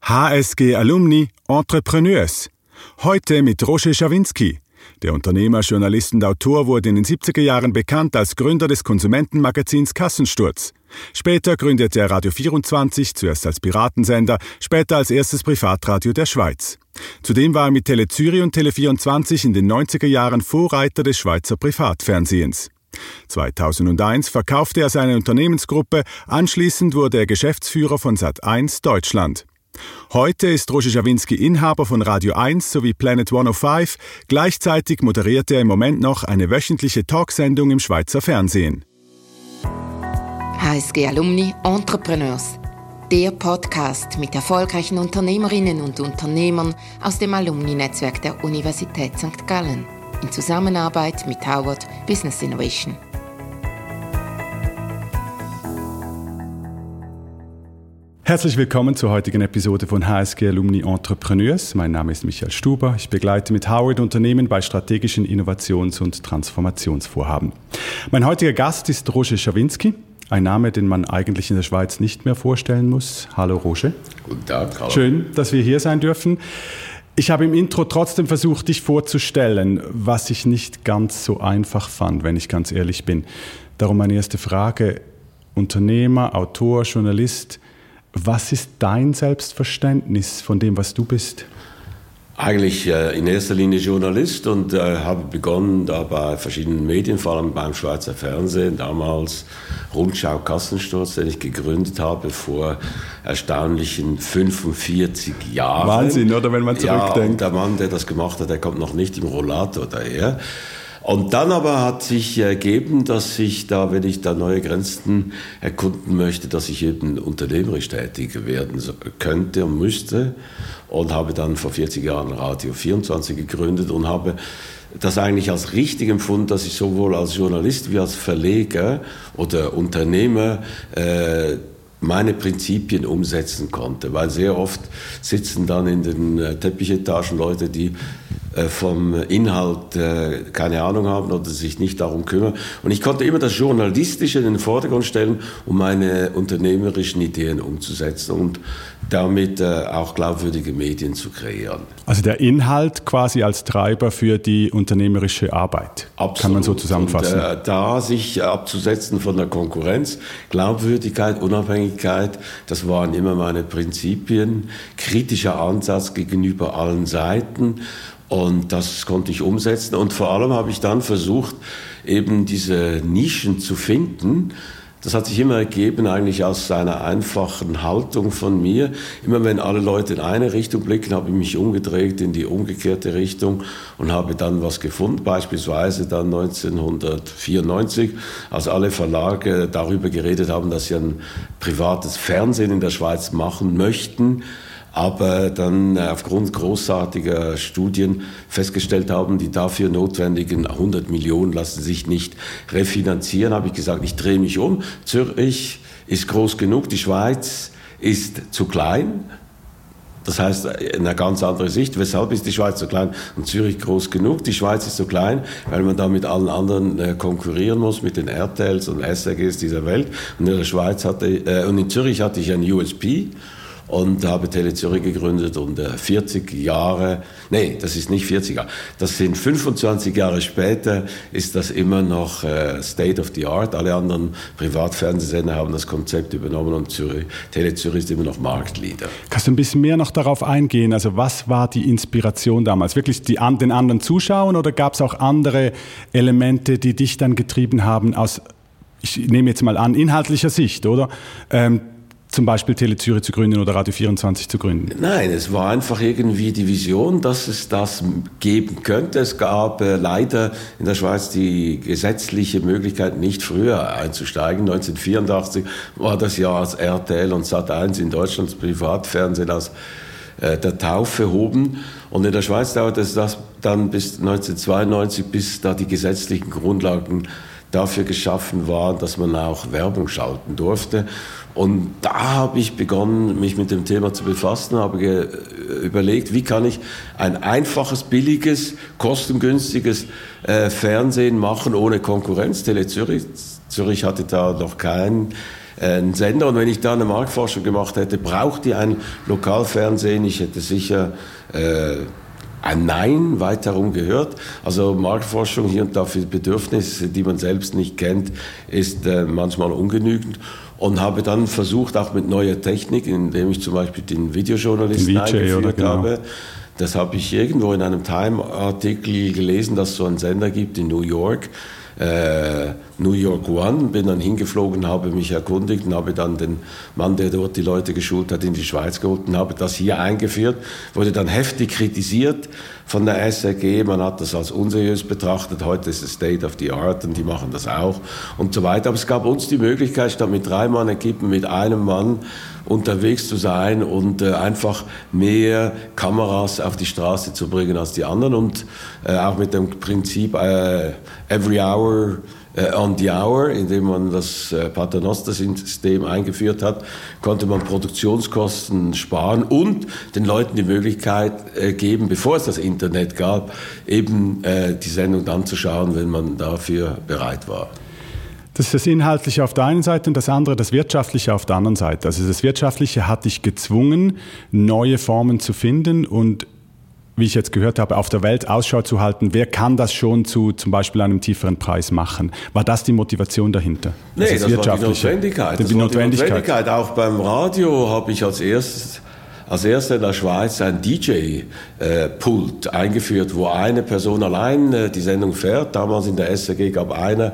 HSG Alumni Entrepreneurs. Heute mit Roger Schawinski. Der Unternehmer, Journalist und Autor wurde in den 70er Jahren bekannt als Gründer des Konsumentenmagazins Kassensturz. Später gründete er Radio 24, zuerst als Piratensender, später als erstes Privatradio der Schweiz. Zudem war er mit Tele Zürich und Tele 24 in den 90er Jahren Vorreiter des Schweizer Privatfernsehens. 2001 verkaufte er seine Unternehmensgruppe, anschließend wurde er Geschäftsführer von Sat.1 Deutschland. Heute ist Roger Schawinski Inhaber von Radio 1 sowie Planet 105. Gleichzeitig moderiert er im Moment noch eine wöchentliche Talksendung im Schweizer Fernsehen. HSG Alumni Entrepreneurs. Der Podcast mit erfolgreichen Unternehmerinnen und Unternehmern aus dem Alumni-Netzwerk der Universität St. Gallen in Zusammenarbeit mit Howard Business Innovation. Herzlich willkommen zur heutigen Episode von HSG Alumni Entrepreneurs. Mein Name ist Michael Stuber. Ich begleite mit Howard Unternehmen bei strategischen Innovations- und Transformationsvorhaben. Mein heutiger Gast ist Roger Schawinski. Ein Name, den man eigentlich in der Schweiz nicht mehr vorstellen muss. Hallo Roger. Guten Tag. Hallo. Schön, dass wir hier sein dürfen. Ich habe im Intro trotzdem versucht, dich vorzustellen, was ich nicht ganz so einfach fand, wenn ich ganz ehrlich bin. Darum meine erste Frage. Unternehmer, Autor, Journalist. Was ist dein Selbstverständnis von dem, was du bist? Eigentlich in erster Linie Journalist und habe begonnen da bei verschiedenen Medien, vor allem beim Schweizer Fernsehen, damals Rundschau Kassensturz, den ich gegründet habe vor erstaunlichen 45 Jahren. Wahnsinn, oder, wenn man zurückdenkt. Ja, und der Mann, der das gemacht hat, der kommt noch nicht im Rollator daher. Und dann aber hat sich ergeben, dass ich da, wenn ich da neue Grenzen erkunden möchte, dass ich eben unternehmerisch tätig werden könnte und müsste. Und habe dann vor 40 Jahren Radio 24 gegründet und habe das eigentlich als richtig empfunden, dass ich sowohl als Journalist wie als Verleger oder Unternehmer meine Prinzipien umsetzen konnte. Weil sehr oft sitzen dann in den Teppichetagen Leute, die vom Inhalt keine Ahnung haben oder sich nicht darum kümmern. Und ich konnte immer das Journalistische in den Vordergrund stellen, um meine unternehmerischen Ideen umzusetzen und damit auch glaubwürdige Medien zu kreieren. Also der Inhalt quasi als Treiber für die unternehmerische Arbeit. Absolut. Kann man so zusammenfassen. Und da sich abzusetzen von der Konkurrenz, Glaubwürdigkeit, Unabhängigkeit, das waren immer meine Prinzipien. Kritischer Ansatz gegenüber allen Seiten. Und das konnte ich umsetzen. Und vor allem habe ich dann versucht, eben diese Nischen zu finden. Das hat sich immer ergeben, eigentlich aus einer einfachen Haltung von mir. Immer wenn alle Leute in eine Richtung blicken, habe ich mich umgedreht in die umgekehrte Richtung und habe dann was gefunden. Beispielsweise dann 1994, als alle Verlage darüber geredet haben, dass sie ein privates Fernsehen in der Schweiz machen möchten, aber dann aufgrund großartiger Studien festgestellt haben, die dafür notwendigen 100 Millionen lassen sich nicht refinanzieren, habe ich gesagt, ich drehe mich um. Zürich ist groß genug, die Schweiz ist zu klein. Das heißt, eine ganz andere Sicht. Weshalb ist die Schweiz so klein und Zürich groß genug? Die Schweiz ist so klein, weil man da mit allen anderen konkurrieren muss, mit den RTLs und SRGs dieser Welt. Und in der Schweiz und in Zürich hatte ich ein USP. Und habe Tele Zürich gegründet und 40 Jahre, nee, das ist nicht 40 Jahre, das sind 25 Jahre später, ist das immer noch State of the Art. Alle anderen Privatfernsehsender haben das Konzept übernommen und Tele Zürich ist immer noch Marktleader. Kannst du ein bisschen mehr noch darauf eingehen? Also was war die Inspiration damals? Wirklich den anderen Zuschauern oder gab es auch andere Elemente, die dich dann getrieben haben aus, ich nehme jetzt mal an, inhaltlicher Sicht, oder? Zum Beispiel Tele Zürich zu gründen oder Radio 24 zu gründen? Nein, es war einfach irgendwie die Vision, dass es das geben könnte. Es gab leider in der Schweiz die gesetzliche Möglichkeit, nicht früher einzusteigen. 1984 war das Jahr, als RTL und Sat.1 in Deutschland das Privatfernsehen aus der Taufe hoben. Und in der Schweiz dauerte es das dann bis 1992, bis da die gesetzlichen Grundlagen dafür geschaffen waren, dass man auch Werbung schalten durfte. Und da habe ich begonnen, mich mit dem Thema zu befassen, habe überlegt, wie kann ich ein einfaches, billiges, kostengünstiges Fernsehen machen ohne Konkurrenz. Tele Zürich hatte da noch kein einen Sender. Und wenn ich da eine Marktforschung gemacht hätte, braucht ihr ein Lokalfernsehen? Ich hätte sicher ein Nein weiterum gehört. Also Marktforschung hier und da für Bedürfnisse, die man selbst nicht kennt, ist manchmal ungenügend. Und habe dann versucht, auch mit neuer Technik, indem ich zum Beispiel den Videojournalisten eingeführt habe. Das habe ich irgendwo in einem Time-Artikel gelesen, dass es so einen Sender gibt in New York. New York One, bin dann hingeflogen, habe mich erkundigt und habe dann den Mann, der dort die Leute geschult hat, in die Schweiz geholt und habe das hier eingeführt, wurde dann heftig kritisiert von der SRG, man hat das als unseriös betrachtet, heute ist es State of the Art und die machen das auch und so weiter. Aber es gab uns die Möglichkeit, statt mit 3 Mann-Equipen mit einem Mann unterwegs zu sein und einfach mehr Kameras auf die Straße zu bringen als die anderen und auch mit dem Prinzip every hour on the hour, indem man das Paternoster-System eingeführt hat, konnte man Produktionskosten sparen und den Leuten die Möglichkeit geben, bevor es das Internet gab, eben die Sendung dann zu schauen, wenn man dafür bereit war. Das ist das Inhaltliche auf der einen Seite und das andere, das Wirtschaftliche auf der anderen Seite. Also das Wirtschaftliche hat dich gezwungen, neue Formen zu finden und, wie ich jetzt gehört habe, auf der Welt Ausschau zu halten, wer kann das schon zu zum Beispiel einem tieferen Preis machen? War das die Motivation dahinter? Nee, das war die Notwendigkeit. Die Notwendigkeit. Auch beim Radio habe ich als erster in der Schweiz ein DJ-Pult eingeführt, wo eine Person allein die Sendung fährt. Damals in der SRG gab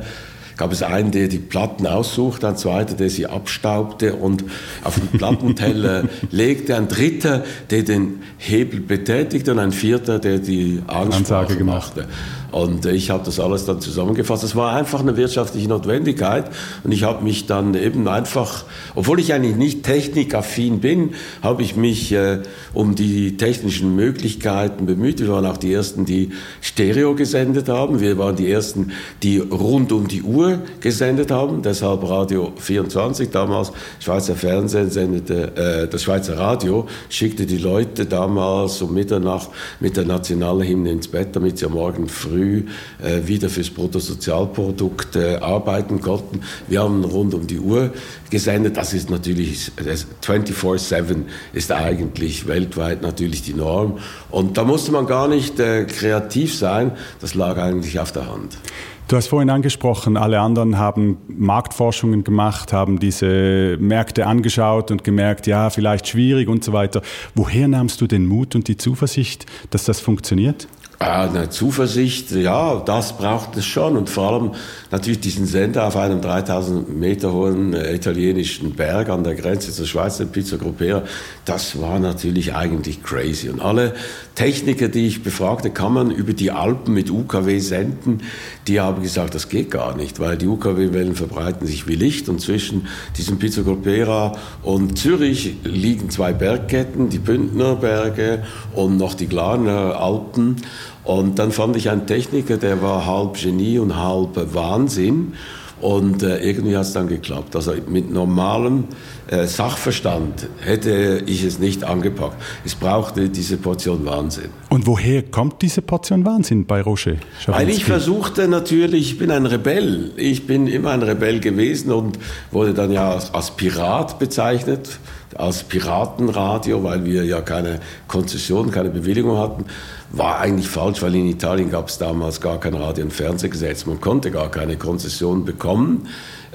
es einen, der die Platten aussuchte, ein zweiter, der sie abstaubte und auf den Plattenteller legte, ein dritter, der den Hebel betätigte und ein vierter, der die Ansage machte. Und ich habe das alles dann zusammengefasst. Es war einfach eine wirtschaftliche Notwendigkeit und ich habe mich dann eben einfach, obwohl ich eigentlich nicht technikaffin bin, habe ich mich um die technischen Möglichkeiten bemüht. Wir waren auch die Ersten, die Stereo gesendet haben. Wir waren die Ersten, die rund um die Uhr gesendet haben. Deshalb Radio 24, damals Schweizer Fernsehen sendete, das Schweizer Radio schickte die Leute damals um Mitternacht mit der Nationalhymne ins Bett, damit sie am Morgen früh wieder fürs Bruttosozialprodukt arbeiten konnten. Wir haben rund um die Uhr gesendet. Das ist natürlich, 24/7 ist eigentlich weltweit natürlich die Norm. Und da musste man gar nicht kreativ sein. Das lag eigentlich auf der Hand. Du hast vorhin angesprochen, alle anderen haben Marktforschungen gemacht, haben diese Märkte angeschaut und gemerkt, ja, vielleicht schwierig und so weiter. Woher nahmst du den Mut und die Zuversicht, dass das funktioniert? Eine Zuversicht, ja, das braucht es schon und vor allem natürlich diesen Sender auf einem 3000 Meter hohen italienischen Berg an der Grenze zur Schweiz, der Piazza Grupera, das war natürlich eigentlich crazy. Und alle Techniker, die ich befragte, kann man über die Alpen mit UKW senden, die haben gesagt, das geht gar nicht, weil die UKW-Wellen verbreiten sich wie Licht und zwischen diesem Piazza Grupera und Zürich liegen 2 Bergketten, die Bündner Berge und noch die Glarner Alpen. Und dann fand ich einen Techniker, der war halb Genie und halb Wahnsinn. Und irgendwie hat es dann geklappt. Also mit normalem Sachverstand hätte ich es nicht angepackt. Es brauchte diese Portion Wahnsinn. Und woher kommt diese Portion Wahnsinn bei Roger Schawinski? Weil ich versuchte natürlich, ich bin ein Rebell. Ich bin immer ein Rebell gewesen und wurde dann ja als Pirat bezeichnet, als Piratenradio, weil wir ja keine Konzession, keine Bewilligung hatten. War eigentlich falsch, weil in Italien gab es damals gar kein Radio- und Fernsehgesetz. Man konnte gar keine Konzession bekommen.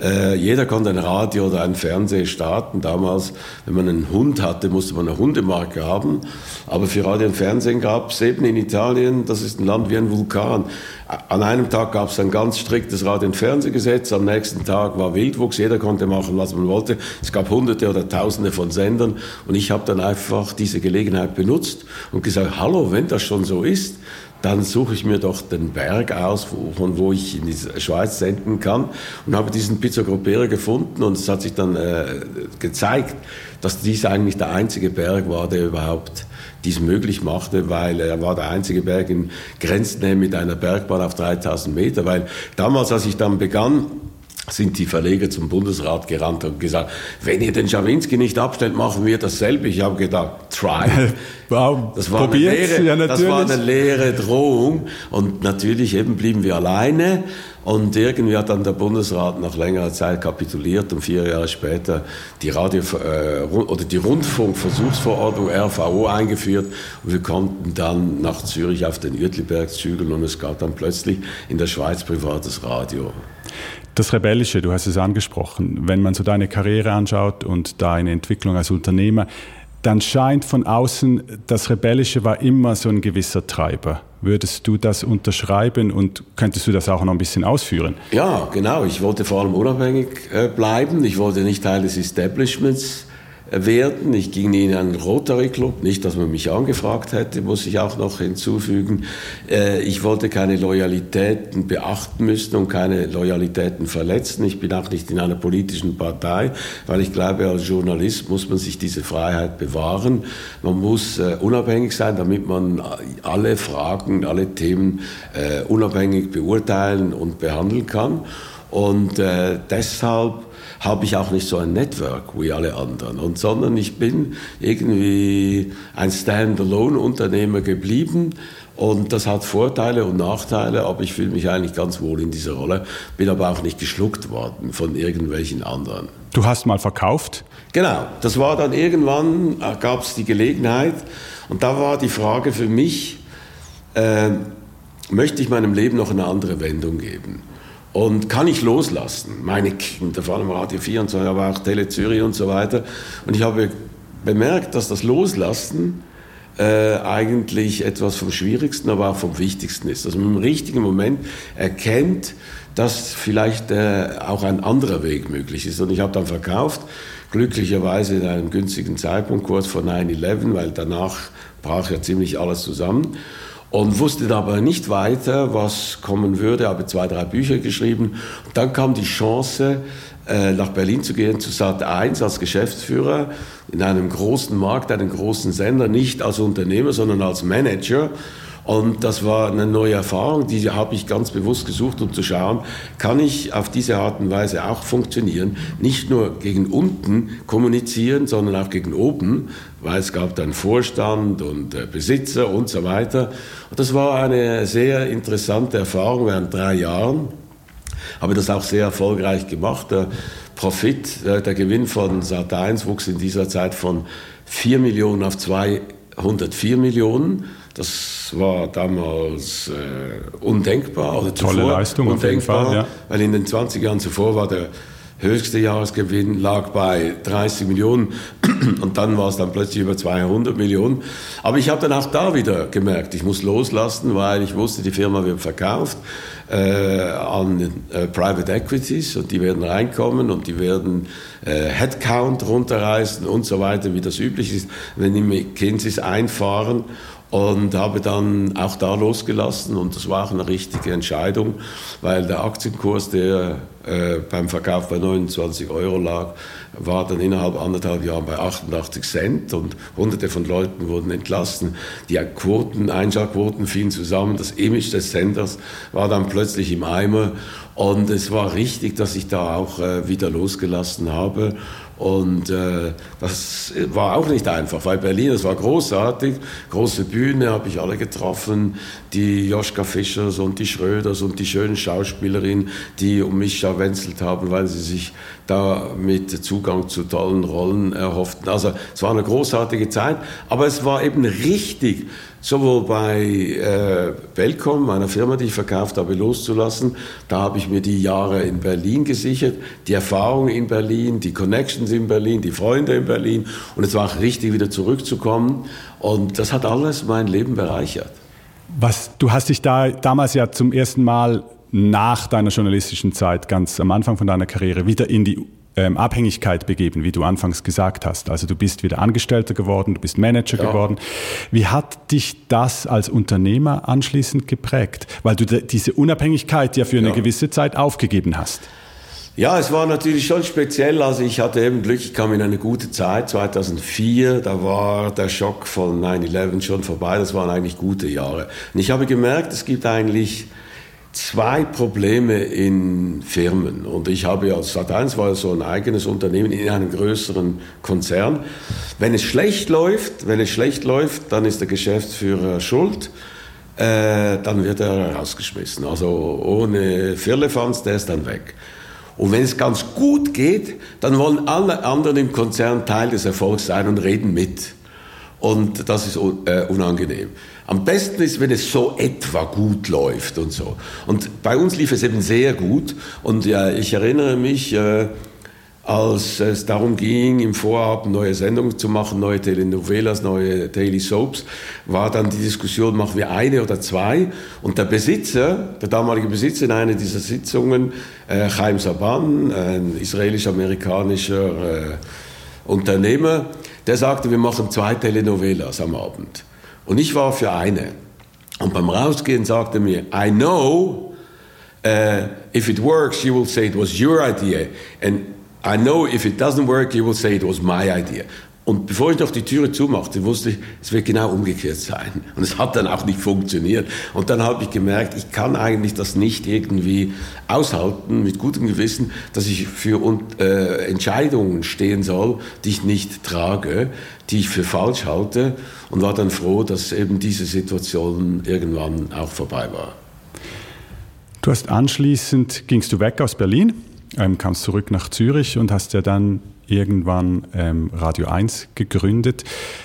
Jeder konnte ein Radio oder ein Fernseher starten. Damals, wenn man einen Hund hatte, musste man eine Hundemarke haben. Aber für Radio und Fernsehen gab es eben in Italien, das ist ein Land wie ein Vulkan. An einem Tag gab es ein ganz striktes Radio- und Fernsehgesetz, am nächsten Tag war Wildwuchs, jeder konnte machen, was man wollte. Es gab Hunderte oder Tausende von Sendern und ich habe dann einfach diese Gelegenheit benutzt und gesagt, hallo, wenn das schon so ist, dann suche ich mir doch den Berg aus, von wo ich in die Schweiz senden kann und habe diesen Piazza Grupera gefunden und es hat sich dann gezeigt, dass dies eigentlich der einzige Berg war, der überhaupt dies möglich machte, weil er war der einzige Berg in Grenznähe mit einer Bergbahn auf 3000 Meter, weil damals, als ich dann begann, sind die Verleger zum Bundesrat gerannt und gesagt, wenn ihr den Schawinski nicht abstellt, machen wir dasselbe. Ich habe gedacht, try. Wow, das war eine leere Drohung. Und natürlich eben blieben wir alleine. Und irgendwie hat dann der Bundesrat nach längerer Zeit kapituliert und 4 Jahre später die Rundfunkversuchsverordnung RVO eingeführt. Und wir konnten dann nach Zürich auf den Uetliberg zügeln und es gab dann plötzlich in der Schweiz privates Radio. Das Rebellische, du hast es angesprochen, wenn man so deine Karriere anschaut und deine Entwicklung als Unternehmer, dann scheint von außen, das Rebellische war immer so ein gewisser Treiber. Würdest du das unterschreiben und könntest du das auch noch ein bisschen ausführen? Ja, genau. Ich wollte vor allem unabhängig bleiben. Ich wollte nicht Teil des Establishments werden. Ich ging nie in einen Rotary Club, nicht, dass man mich angefragt hätte, muss ich auch noch hinzufügen. Ich wollte keine Loyalitäten beachten müssen und keine Loyalitäten verletzen. Ich bin auch nicht in einer politischen Partei, weil ich glaube, als Journalist muss man sich diese Freiheit bewahren. Man muss unabhängig sein, damit man alle Fragen, alle Themen unabhängig beurteilen und behandeln kann. Und deshalb habe ich auch nicht so ein Network wie alle anderen, sondern ich bin irgendwie ein Standalone-Unternehmer geblieben und das hat Vorteile und Nachteile, aber ich fühle mich eigentlich ganz wohl in dieser Rolle, bin aber auch nicht geschluckt worden von irgendwelchen anderen. Du hast mal verkauft? Genau, das war dann irgendwann, gab es die Gelegenheit und da war die Frage für mich, möchte ich meinem Leben noch eine andere Wendung geben? Und kann ich loslassen? Meine Kinder, vor allem Radio 24, aber auch Tele Zürich und so weiter. Und ich habe bemerkt, dass das Loslassen eigentlich etwas vom Schwierigsten, aber auch vom Wichtigsten ist. Dass man im richtigen Moment erkennt, dass vielleicht auch ein anderer Weg möglich ist. Und ich habe dann verkauft, glücklicherweise in einem günstigen Zeitpunkt, kurz vor 9/11, weil danach brach ja ziemlich alles zusammen. Und wusste aber nicht weiter, was kommen würde, habe 2, 3 Bücher geschrieben. Und dann kam die Chance, nach Berlin zu gehen, zu Sat.1 als Geschäftsführer in einem großen Markt, einem großen Sender, nicht als Unternehmer, sondern als Manager. Und das war eine neue Erfahrung, die habe ich ganz bewusst gesucht, um zu schauen, kann ich auf diese Art und Weise auch funktionieren, nicht nur gegen unten kommunizieren, sondern auch gegen oben, weil es gab dann Vorstand und Besitzer und so weiter. Und das war eine sehr interessante Erfahrung während 3 Jahren. Habe das auch sehr erfolgreich gemacht. Der Profit, der Gewinn von Sat.1 wuchs in dieser Zeit von 4 Millionen auf 204 Millionen. Das war damals undenkbar. Oder tolle Leistung undenkbar, auf jeden Fall, ja. Weil in den 20 Jahren zuvor war der höchste Jahresgewinn lag bei 30 Millionen und dann war es dann plötzlich über 200 Millionen. Aber ich habe dann auch da wieder gemerkt, ich muss loslassen, weil ich wusste, die Firma wird verkauft an Private Equities und die werden reinkommen und die werden Headcount runterreißen und so weiter, wie das üblich ist, wenn die McKinseys einfahren. Und habe dann auch da losgelassen und das war auch eine richtige Entscheidung, weil der Aktienkurs, der beim Verkauf bei 29 € lag, war dann innerhalb 1,5 Jahren bei 88 Cent und Hunderte von Leuten wurden entlassen. Die Einschaltquoten fielen zusammen, das Image des Senders war dann plötzlich im Eimer und es war richtig, dass ich da auch wieder losgelassen habe. Und das war auch nicht einfach, weil Berlin, das war großartig, große Bühne, habe ich alle getroffen, die Joschka Fischers und die Schröders und die schönen Schauspielerinnen, die um mich scharwenzelt haben, weil sie sich da mit Zugang zu tollen Rollen erhofften. Also es war eine großartige Zeit, aber es war eben richtig, sowohl bei Belcom, meiner Firma, die ich verkauft habe, loszulassen. Da habe ich mir die Jahre in Berlin gesichert, die Erfahrung in Berlin, die Connections in Berlin, die Freunde in Berlin. Und es war auch richtig, wieder zurückzukommen. Und das hat alles mein Leben bereichert. Du hast dich damals ja zum ersten Mal nach deiner journalistischen Zeit, ganz am Anfang von deiner Karriere, wieder in die Abhängigkeit begeben, wie du anfangs gesagt hast. Also du bist wieder Angestellter geworden, du bist Manager geworden. Wie hat dich das als Unternehmer anschließend geprägt? Weil du diese Unabhängigkeit ja für eine gewisse Zeit aufgegeben hast. Ja, es war natürlich schon speziell. Also ich hatte eben Glück, ich kam in eine gute Zeit, 2004, da war der Schock von 9/11 schon vorbei. Das waren eigentlich gute Jahre. Und ich habe gemerkt, es gibt eigentlich 2 Probleme in Firmen. Und ich habe ja, Sat.1 war so ein eigenes Unternehmen in einem größeren Konzern. Wenn es schlecht läuft, dann ist der Geschäftsführer schuld. Dann wird er rausgeschmissen. Also ohne Firlefanz, der ist dann weg. Und wenn es ganz gut geht, dann wollen alle anderen im Konzern Teil des Erfolgs sein und reden mit. Und das ist unangenehm. Am besten ist, wenn es so etwa gut läuft und so. Und bei uns lief es eben sehr gut. Und ja, ich erinnere mich, als es darum ging, im Vorabend neue Sendungen zu machen, neue Telenovelas, neue Daily Soaps, war dann die Diskussion, machen wir 1 oder 2? Und der damalige Besitzer in einer dieser Sitzungen, Chaim Saban, ein israelisch-amerikanischer Unternehmer, der sagte, wir machen 2 Telenovelas am Abend. Und ich war für eine. Und beim Rausgehen sagte er mir, I know, if it works, you will say it was your idea. And I know, if it doesn't work, you will say it was my idea. Und bevor ich noch die Türe zumachte, wusste ich, es wird genau umgekehrt sein. Und es hat dann auch nicht funktioniert. Und dann habe ich gemerkt, ich kann eigentlich das nicht irgendwie aushalten, mit gutem Gewissen, dass ich für Entscheidungen stehen soll, die ich nicht trage, die ich für falsch halte. Und war dann froh, dass eben diese Situation irgendwann auch vorbei war. Du hast anschließend, gingst du weg aus Berlin, kamst zurück nach Zürich und hast ja dann irgendwann Radio 1 gegründet.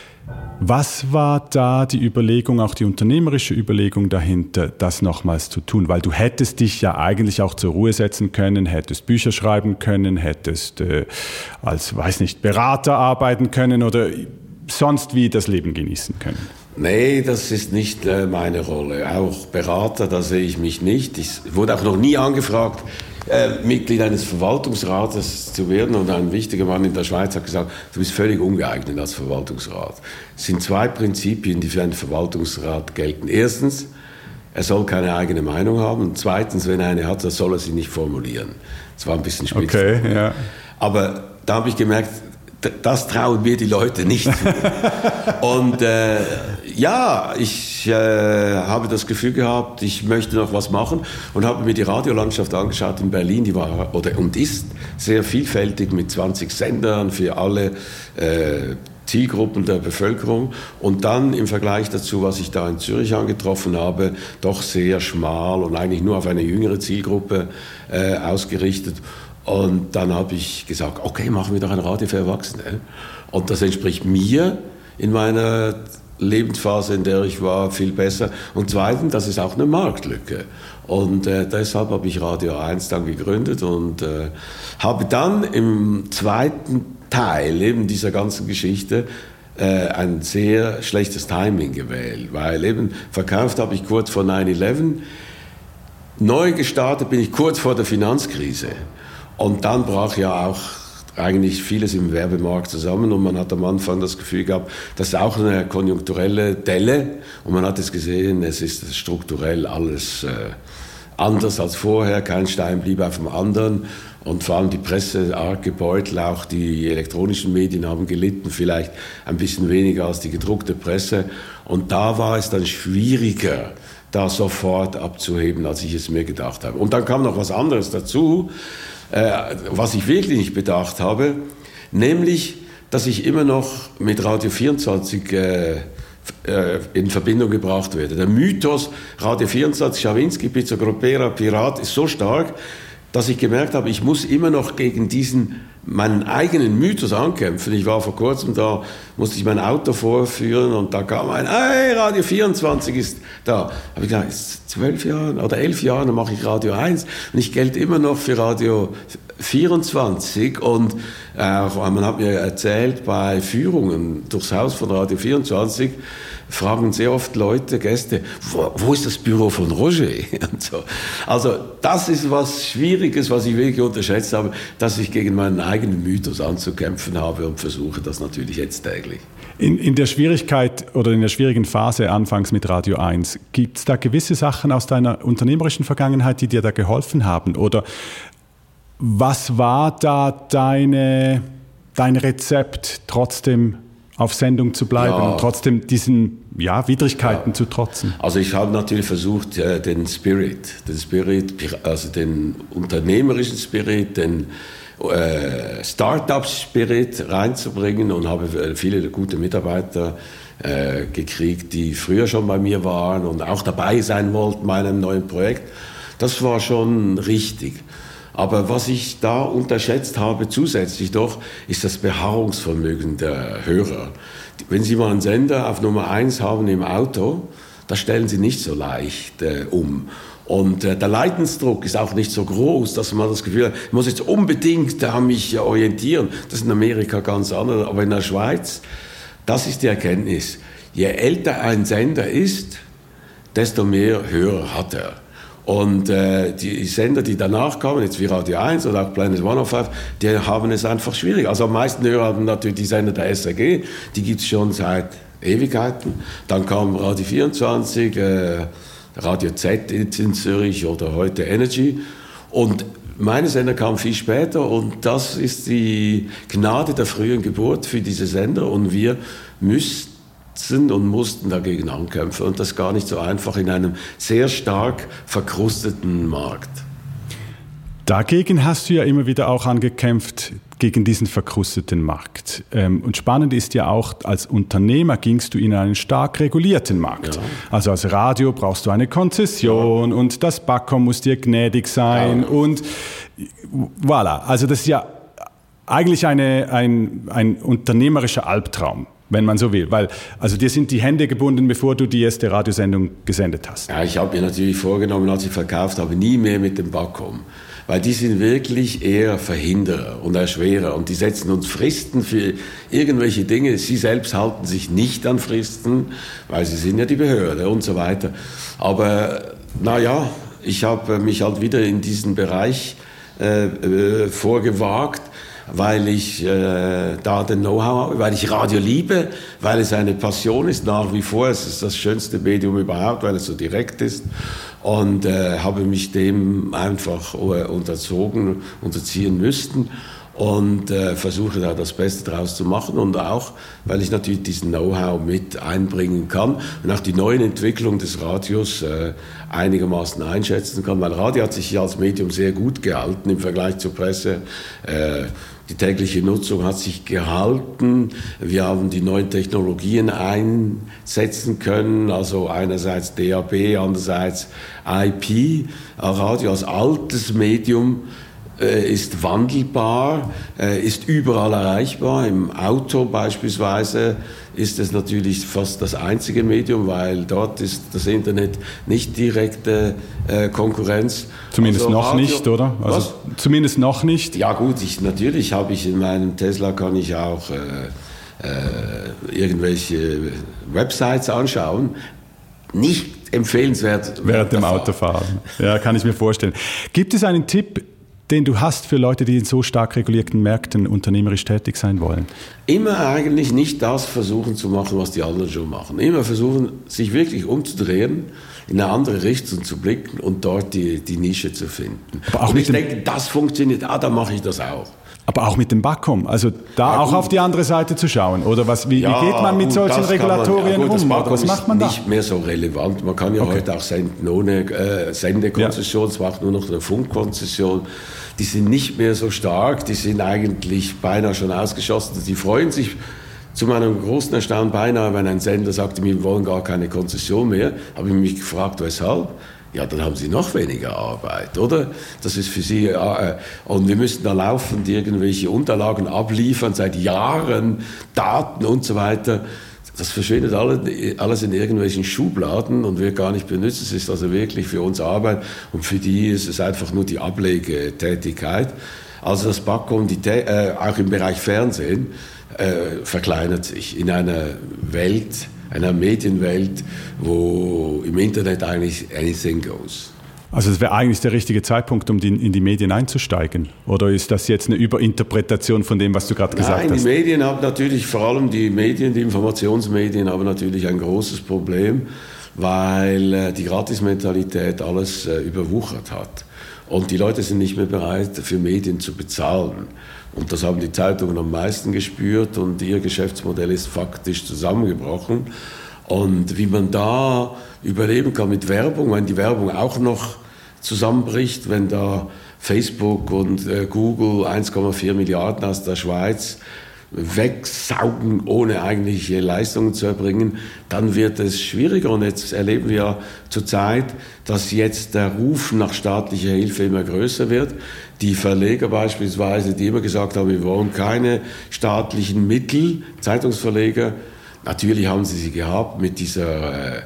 Was war da die Überlegung, auch die unternehmerische Überlegung dahinter, das nochmals zu tun? Weil du hättest dich ja eigentlich auch zur Ruhe setzen können, hättest Bücher schreiben können, hättest als, Berater arbeiten können oder sonst wie das Leben genießen können. Nee, das ist nicht meine Rolle. Auch Berater, da sehe ich mich nicht. Ich wurde auch noch nie angefragt, Mitglied eines Verwaltungsrates zu werden. Und ein wichtiger Mann in der Schweiz hat gesagt, du bist völlig ungeeignet als Verwaltungsrat. Es sind 2 Prinzipien, die für einen Verwaltungsrat gelten. Erstens, er soll keine eigene Meinung haben. Und zweitens, wenn er eine hat, dann soll er sie nicht formulieren. Das war ein bisschen spitz. Okay, ja. Aber da habe ich gemerkt, das trauen mir die Leute nicht zu. Und ich habe das Gefühl gehabt, ich möchte noch was machen und habe mir die Radiolandschaft angeschaut in Berlin. Die war und ist sehr vielfältig mit 20 Sendern für alle Zielgruppen der Bevölkerung. Und dann im Vergleich dazu, was ich da in Zürich angetroffen habe, doch sehr schmal und eigentlich nur auf eine jüngere Zielgruppe ausgerichtet. Und dann habe ich gesagt, okay, machen wir doch ein Radio für Erwachsene. Und das entspricht mir in meiner Lebensphase, in der ich war, viel besser. Und zweitens, das ist auch eine Marktlücke. Und deshalb habe ich Radio 1 dann gegründet und habe dann im zweiten Teil eben dieser ganzen Geschichte ein sehr schlechtes Timing gewählt. Weil eben verkauft habe ich kurz vor 9/11. Neu gestartet bin ich kurz vor der Finanzkrise. Und dann brach ja auch eigentlich vieles im Werbemarkt zusammen und man hat am Anfang das Gefühl gehabt, das ist auch eine konjunkturelle Delle und man hat es gesehen, es ist strukturell alles anders als vorher, kein Stein blieb auf dem anderen und vor allem die Presse arg gebeutelt, auch die elektronischen Medien haben gelitten, vielleicht ein bisschen weniger als die gedruckte Presse und da war es dann schwieriger, da sofort abzuheben, als ich es mir gedacht habe. Und dann kam noch was anderes dazu, was ich wirklich nicht bedacht habe, nämlich, dass ich immer noch mit Radio 24 in Verbindung gebracht werde. Der Mythos Radio 24, Schawinski, Pizza Gropera, Pirat ist so stark, dass ich gemerkt habe, ich muss immer noch gegen meinen eigenen Mythos ankämpfen. Ich war vor kurzem da, musste ich mein Auto vorführen und da kam hey, Radio 24 ist da. Habe ich gesagt, 12 Jahren oder 11 Jahre, dann mache ich Radio 1 und ich gelte immer noch für Radio 24 und man hat mir erzählt, bei Führungen durchs Haus von Radio 24 fragen sehr oft Leute, Gäste, wo ist das Büro von Roger? Und so. Also das ist was Schwieriges, was ich wirklich unterschätzt habe, dass ich gegen meinen eigenen Mythos anzukämpfen habe und versuche das natürlich jetzt täglich. In der Schwierigkeit oder in der schwierigen Phase anfangs mit Radio 1, gibt es da gewisse Sachen aus deiner unternehmerischen Vergangenheit, die dir da geholfen haben? Oder was war da dein Rezept, trotzdem auf Sendung zu bleiben und trotzdem diesen Widrigkeiten zu trotzen? Also ich habe natürlich versucht, den Spirit, also den unternehmerischen Spirit, den Start-up-Spirit reinzubringen und habe viele gute Mitarbeiter gekriegt, die früher schon bei mir waren und auch dabei sein wollten bei einem neuen Projekt. Das war schon richtig. Aber was ich da unterschätzt habe zusätzlich doch, ist das Beharrungsvermögen der Hörer. Wenn Sie mal einen Sender auf Nummer 1 haben im Auto, das stellen Sie nicht so leicht um. Und der Leidensdruck ist auch nicht so groß, dass man das Gefühl hat, ich muss jetzt unbedingt mich orientieren. Das ist in Amerika ganz anders, aber in der Schweiz, das ist die Erkenntnis. Je älter ein Sender ist, desto mehr Hörer hat er. Und die Sender, die danach kamen, jetzt wie Radio 1 oder auch Planet 105, die haben es einfach schwierig. Also am meisten Hörer haben natürlich die Sender der SRG, die gibt es schon seit Ewigkeiten. Dann kam Radio 24, Radio Z in Zürich oder heute Energy. Und meine Sender kamen viel später und das ist die Gnade der frühen Geburt für diese Sender und wir mussten dagegen ankämpfen und das gar nicht so einfach in einem sehr stark verkrusteten Markt. Dagegen hast du ja immer wieder auch angekämpft, gegen diesen verkrusteten Markt. Und spannend ist ja auch, als Unternehmer gingst du in einen stark regulierten Markt. Ja. Also als Radio brauchst du eine Konzession und das BAKOM muss dir gnädig sein und voilà. Also das ist ja eigentlich ein unternehmerischer Albtraum, wenn man so will. Weil, also dir sind die Hände gebunden, bevor du die erste Radiosendung gesendet hast. Ja, ich habe mir natürlich vorgenommen, als ich verkauft habe, nie mehr mit dem BAKOM. Weil die sind wirklich eher Verhinderer und Erschwerer und die setzen uns Fristen für irgendwelche Dinge. Sie selbst halten sich nicht an Fristen, weil sie sind ja die Behörde und so weiter. Aber naja, ich habe mich halt wieder in diesen Bereich vorgewagt, weil ich da den Know-how habe, weil ich Radio liebe, weil es eine Passion ist nach wie vor. Es ist das schönste Medium überhaupt, weil es so direkt ist. Und habe mich dem einfach unterziehen müssen und versuche da das Beste draus zu machen und auch, weil ich natürlich diesen Know-how mit einbringen kann und auch die neuen Entwicklungen des Radios einigermaßen einschätzen kann, weil Radio hat sich hier als Medium sehr gut gehalten im Vergleich zur Presse. Die tägliche Nutzung hat sich gehalten. Wir haben die neuen Technologien einsetzen können, also einerseits DAB, andererseits IP. Radio als altes Medium ist wandelbar, ist überall erreichbar. Im Auto beispielsweise ist es natürlich fast das einzige Medium, weil dort ist das Internet nicht direkte Konkurrenz. Zumindest also noch Radio, nicht, oder? Also zumindest noch nicht. Ja gut, natürlich habe ich in meinem Tesla, kann ich auch irgendwelche Websites anschauen. Nicht empfehlenswert. Während dem Autofahren. Ja, kann ich mir vorstellen. Gibt es einen Tipp, den du hast für Leute, die in so stark regulierten Märkten unternehmerisch tätig sein wollen? Immer eigentlich nicht das versuchen zu machen, was die anderen schon machen. Immer versuchen, sich wirklich umzudrehen, in eine andere Richtung zu blicken und dort die Nische zu finden. Und ich denke, das funktioniert, dann mache ich das auch. Aber auch mit dem BAKOM, also da auch auf die andere Seite zu schauen, oder was? Wie geht man mit solchen Regulatorien um? Was macht man da? Nicht mehr so relevant. Man kann ja heute auch senden ohne Sendekonzession, es macht nur noch eine Funkkonzession. Die sind nicht mehr so stark, die sind eigentlich beinahe schon ausgeschossen. Die freuen sich zu meinem großen Erstaunen beinahe, wenn ein Sender sagte, wir wollen gar keine Konzession mehr. Habe ich mich gefragt, weshalb? Ja, dann haben sie noch weniger Arbeit, oder? Das ist für sie, und wir müssen da laufend irgendwelche Unterlagen abliefern, seit Jahren, Daten und so weiter. Das verschwindet alles in irgendwelchen Schubladen und wird gar nicht benutzt. Es ist also wirklich für uns Arbeit und für die ist es einfach nur die Ablegetätigkeit. Also das BAKOM, auch im Bereich Fernsehen, verkleinert sich in einer Welt, einer Medienwelt, wo im Internet eigentlich anything goes. Also es wäre eigentlich der richtige Zeitpunkt, um in die Medien einzusteigen? Oder ist das jetzt eine Überinterpretation von dem, was du gerade gesagt hast? Nein, die Medien haben natürlich, vor allem die Informationsmedien haben natürlich ein großes Problem, weil die Gratismentalität alles überwuchert hat. Und die Leute sind nicht mehr bereit, für Medien zu bezahlen. Und das haben die Zeitungen am meisten gespürt und ihr Geschäftsmodell ist faktisch zusammengebrochen. Und wie man da überleben kann mit Werbung, wenn die Werbung auch noch zusammenbricht, wenn da Facebook und Google 1,4 Milliarden aus der Schweiz wegsaugen, ohne eigentliche Leistungen zu erbringen, dann wird es schwieriger. Und jetzt erleben wir zurzeit, dass jetzt der Ruf nach staatlicher Hilfe immer größer wird. Die Verleger beispielsweise, die immer gesagt haben, wir wollen keine staatlichen Mittel, Zeitungsverleger, natürlich haben sie gehabt mit dieser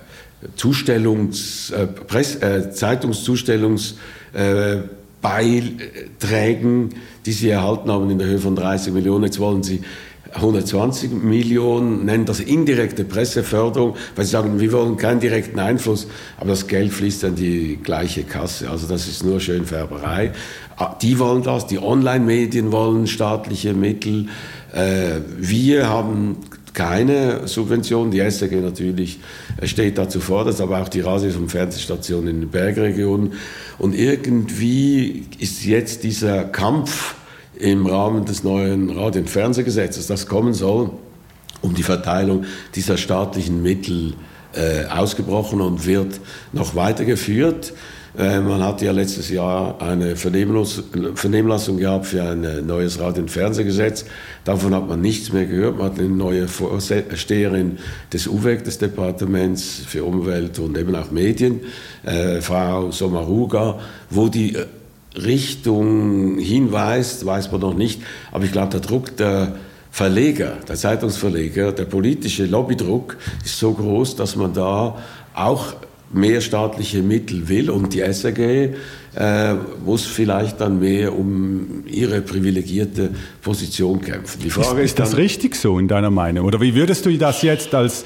Zeitungszustellungsbeiträgen, die sie erhalten haben in der Höhe von 30 Millionen. Jetzt wollen sie 120 Millionen, nennen das indirekte Presseförderung, weil sie sagen, wir wollen keinen direkten Einfluss, aber das Geld fließt an die gleiche Kasse. Also das ist nur Schönfärberei. Die wollen das, die Online-Medien wollen staatliche Mittel. Wir haben keine Subvention. Die SRG natürlich steht dazu vor, das aber auch die Radio- und Fernsehstationen in den Bergregionen. Und irgendwie ist jetzt dieser Kampf im Rahmen des neuen Radio- und Fernsehgesetzes, das kommen soll, um die Verteilung dieser staatlichen Mittel ausgebrochen und wird noch weitergeführt. Man hat ja letztes Jahr eine Vernehmlassung gehabt für ein neues Radio- und Fernsehgesetz. Davon hat man nichts mehr gehört. Man hat eine neue Vorsteherin des UVEC, des Departements für Umwelt und eben auch Medien, Frau Sommaruga, wo die Richtung hinweist, weiß man noch nicht. Aber ich glaube, der Druck der Verleger, der Zeitungsverleger, der politische Lobbydruck ist so groß, dass man da auch mehr staatliche Mittel will und die SRG muss vielleicht dann mehr um ihre privilegierte Position kämpfen. Die Frage ist das richtig so in deiner Meinung? Oder wie würdest du das jetzt als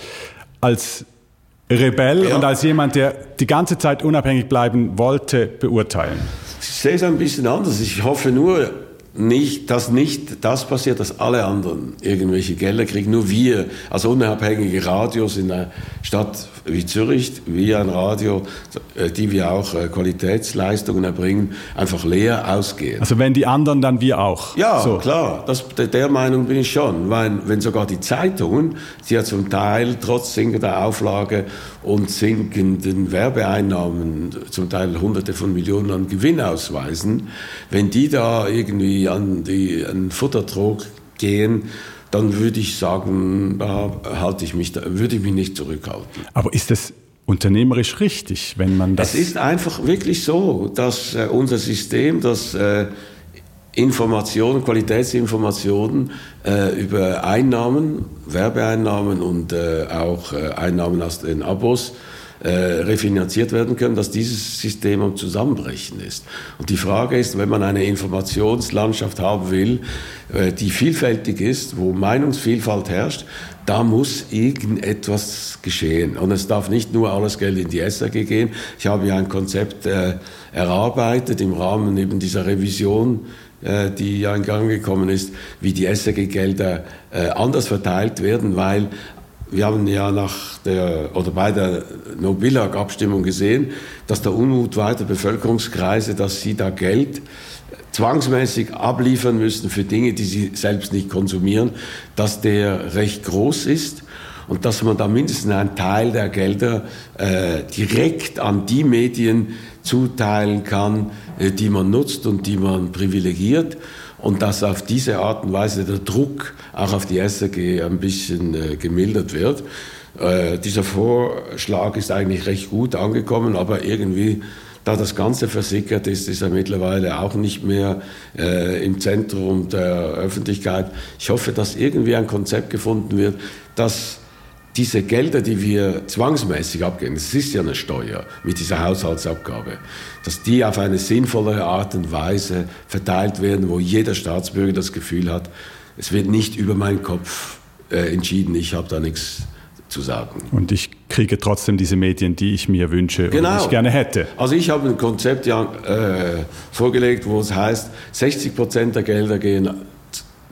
Rebell und als jemand, der die ganze Zeit unabhängig bleiben wollte, beurteilen? Ich sehe es ein bisschen anders. Ich hoffe nur, dass nicht das passiert, dass alle anderen irgendwelche Gelder kriegen. Nur wir als unabhängige Radios in einer Stadt wie Zürich, wie ein Radio, die wir auch Qualitätsleistungen erbringen, einfach leer ausgehen. Also wenn die anderen, dann wir auch? Ja, so. Klar. Der Meinung bin ich schon. Weil wenn sogar die Zeitungen, die ja zum Teil trotz sinkender Auflage und sinkenden Werbeeinnahmen zum Teil Hunderte von Millionen an Gewinn ausweisen, wenn die da irgendwie an den Futtertrog gehen, dann würde ich sagen, da würde ich mich nicht zurückhalten. Aber ist das unternehmerisch richtig, wenn man das... Es ist einfach wirklich so, dass unser System, das Qualitätsinformationen über Einnahmen, Werbeeinnahmen und auch Einnahmen aus den Abos refinanziert werden können, dass dieses System am Zusammenbrechen ist. Und die Frage ist, wenn man eine Informationslandschaft haben will, die vielfältig ist, wo Meinungsvielfalt herrscht, da muss irgendetwas geschehen. Und es darf nicht nur alles Geld in die SRG gehen. Ich habe ja ein Konzept erarbeitet im Rahmen eben dieser Revision, die ja in Gang gekommen ist, wie die SRG-Gelder anders verteilt werden, weil wir haben ja bei der No-Billag-Abstimmung gesehen, dass der Unmut weiter Bevölkerungskreise, dass sie da Geld zwangsmäßig abliefern müssen für Dinge, die sie selbst nicht konsumieren, dass der recht groß ist und dass man da mindestens einen Teil der Gelder direkt an die Medien zuteilen kann, die man nutzt und die man privilegiert. Und dass auf diese Art und Weise der Druck auch auf die SRG ein bisschen gemildert wird. Dieser Vorschlag ist eigentlich recht gut angekommen, aber irgendwie, da das Ganze versickert ist, ist er mittlerweile auch nicht mehr im Zentrum der Öffentlichkeit. Ich hoffe, dass irgendwie ein Konzept gefunden wird, dass diese Gelder, die wir zwangsmäßig abgeben, das ist ja eine Steuer mit dieser Haushaltsabgabe, dass die auf eine sinnvollere Art und Weise verteilt werden, wo jeder Staatsbürger das Gefühl hat, es wird nicht über meinen Kopf entschieden, ich habe da nichts zu sagen. Und ich kriege trotzdem diese Medien, die ich mir wünsche und die ich gerne hätte. Also ich habe ein Konzept vorgelegt, wo es heißt, 60% der Gelder gehen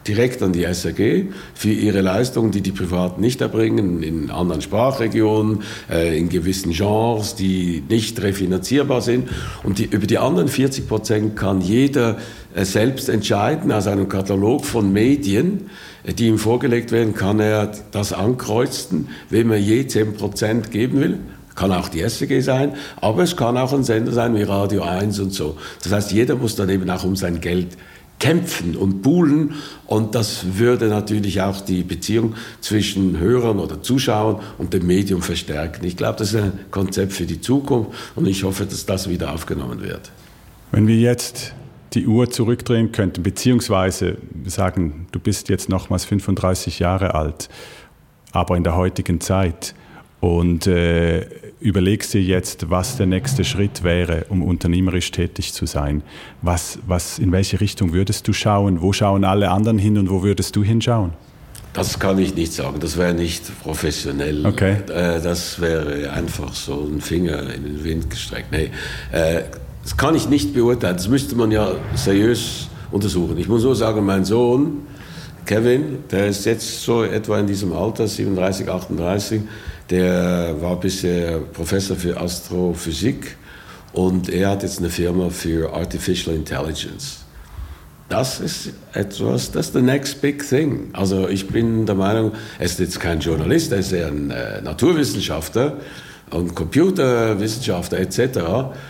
direkt an die SRG für ihre Leistungen, die Privaten nicht erbringen, in anderen Sprachregionen, in gewissen Genres, die nicht refinanzierbar sind. Und über die anderen 40% kann jeder selbst entscheiden. Aus einem Katalog von Medien, die ihm vorgelegt werden, kann er das ankreuzen, wem er je 10% geben will. Kann auch die SRG sein, aber es kann auch ein Sender sein wie Radio 1 und so. Das heißt, jeder muss dann eben auch um sein Geld kämpfen und buhlen, und das würde natürlich auch die Beziehung zwischen Hörern oder Zuschauern und dem Medium verstärken. Ich glaube, das ist ein Konzept für die Zukunft, und ich hoffe, dass das wieder aufgenommen wird. Wenn wir jetzt die Uhr zurückdrehen könnten, beziehungsweise sagen, du bist jetzt nochmals 35 Jahre alt, aber in der heutigen Zeit, und überlegst dir jetzt, was der nächste Schritt wäre, um unternehmerisch tätig zu sein. In welche Richtung würdest du schauen? Wo schauen alle anderen hin und wo würdest du hinschauen? Das kann ich nicht sagen. Das wäre nicht professionell. Okay. Das wäre einfach so ein Finger in den Wind gestreckt. Nee, das kann ich nicht beurteilen. Das müsste man ja seriös untersuchen. Ich muss nur sagen, mein Sohn Kevin, der ist jetzt so etwa in diesem Alter, 37, 38, der war bisher Professor für Astrophysik, und er hat jetzt eine Firma für Artificial Intelligence. Das ist etwas, das ist the next big thing. Also ich bin der Meinung, er ist jetzt kein Journalist, er ist eher ein Naturwissenschaftler und Computerwissenschaftler etc.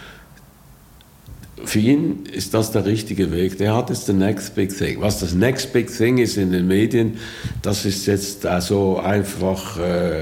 Für ihn ist das der richtige Weg. Der hat jetzt the next big thing. Was das next big thing ist in den Medien, das ist jetzt so einfach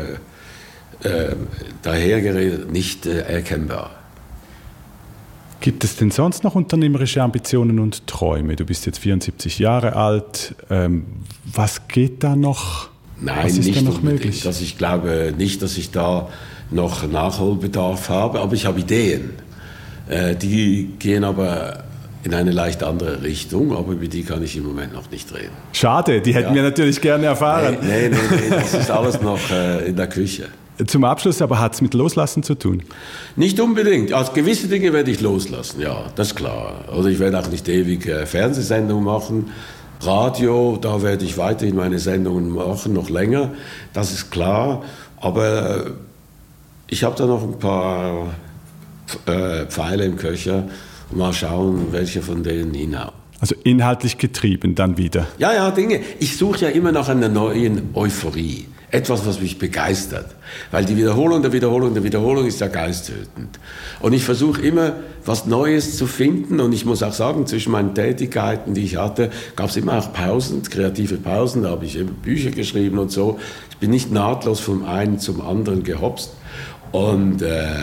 dahergeredet, nicht erkennbar. Gibt es denn sonst noch unternehmerische Ambitionen und Träume? Du bist jetzt 74 Jahre alt. Was geht da noch? Nein, was ist nicht da noch möglich? Ich glaube nicht, dass ich da noch Nachholbedarf habe, aber ich habe Ideen. Die gehen aber in eine leicht andere Richtung, aber über die kann ich im Moment noch nicht reden. Schade, die hätten wir natürlich gerne erfahren. Nee, das ist alles noch in der Küche. Zum Abschluss aber hat es mit Loslassen zu tun? Nicht unbedingt. Also gewisse Dinge werde ich loslassen, ja, das ist klar. Oder ich werde auch nicht ewig Fernsehsendungen machen. Radio, da werde ich weiterhin meine Sendungen machen, noch länger, das ist klar. Aber ich habe da noch ein paar Pfeile im Köcher. Mal schauen, welche von denen hinhauen. Also inhaltlich getrieben dann wieder? Ja, Dinge. Ich suche ja immer nach einer neuen Euphorie. Etwas, was mich begeistert. Weil die Wiederholung der Wiederholung ist ja geisttötend. Und ich versuche immer, was Neues zu finden. Und ich muss auch sagen, zwischen meinen Tätigkeiten, die ich hatte, gab es immer auch Pausen, kreative Pausen. Da habe ich eben Bücher geschrieben und so. Ich bin nicht nahtlos vom einen zum anderen gehopst. Und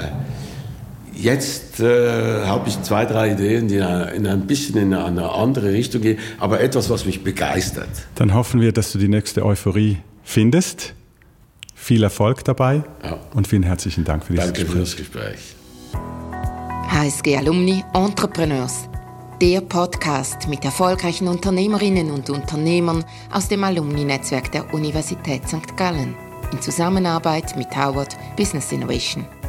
jetzt habe ich 2, 3 Ideen, die in ein bisschen in eine andere Richtung gehen, aber etwas, was mich begeistert. Dann hoffen wir, dass du die nächste Euphorie findest. Viel Erfolg dabei, ja. Und vielen herzlichen Dank für dieses Gespräch. Danke für das Gespräch. HSG Alumni Entrepreneurs, der Podcast mit erfolgreichen Unternehmerinnen und Unternehmern aus dem Alumni-Netzwerk der Universität St. Gallen in Zusammenarbeit mit Howard Business Innovation.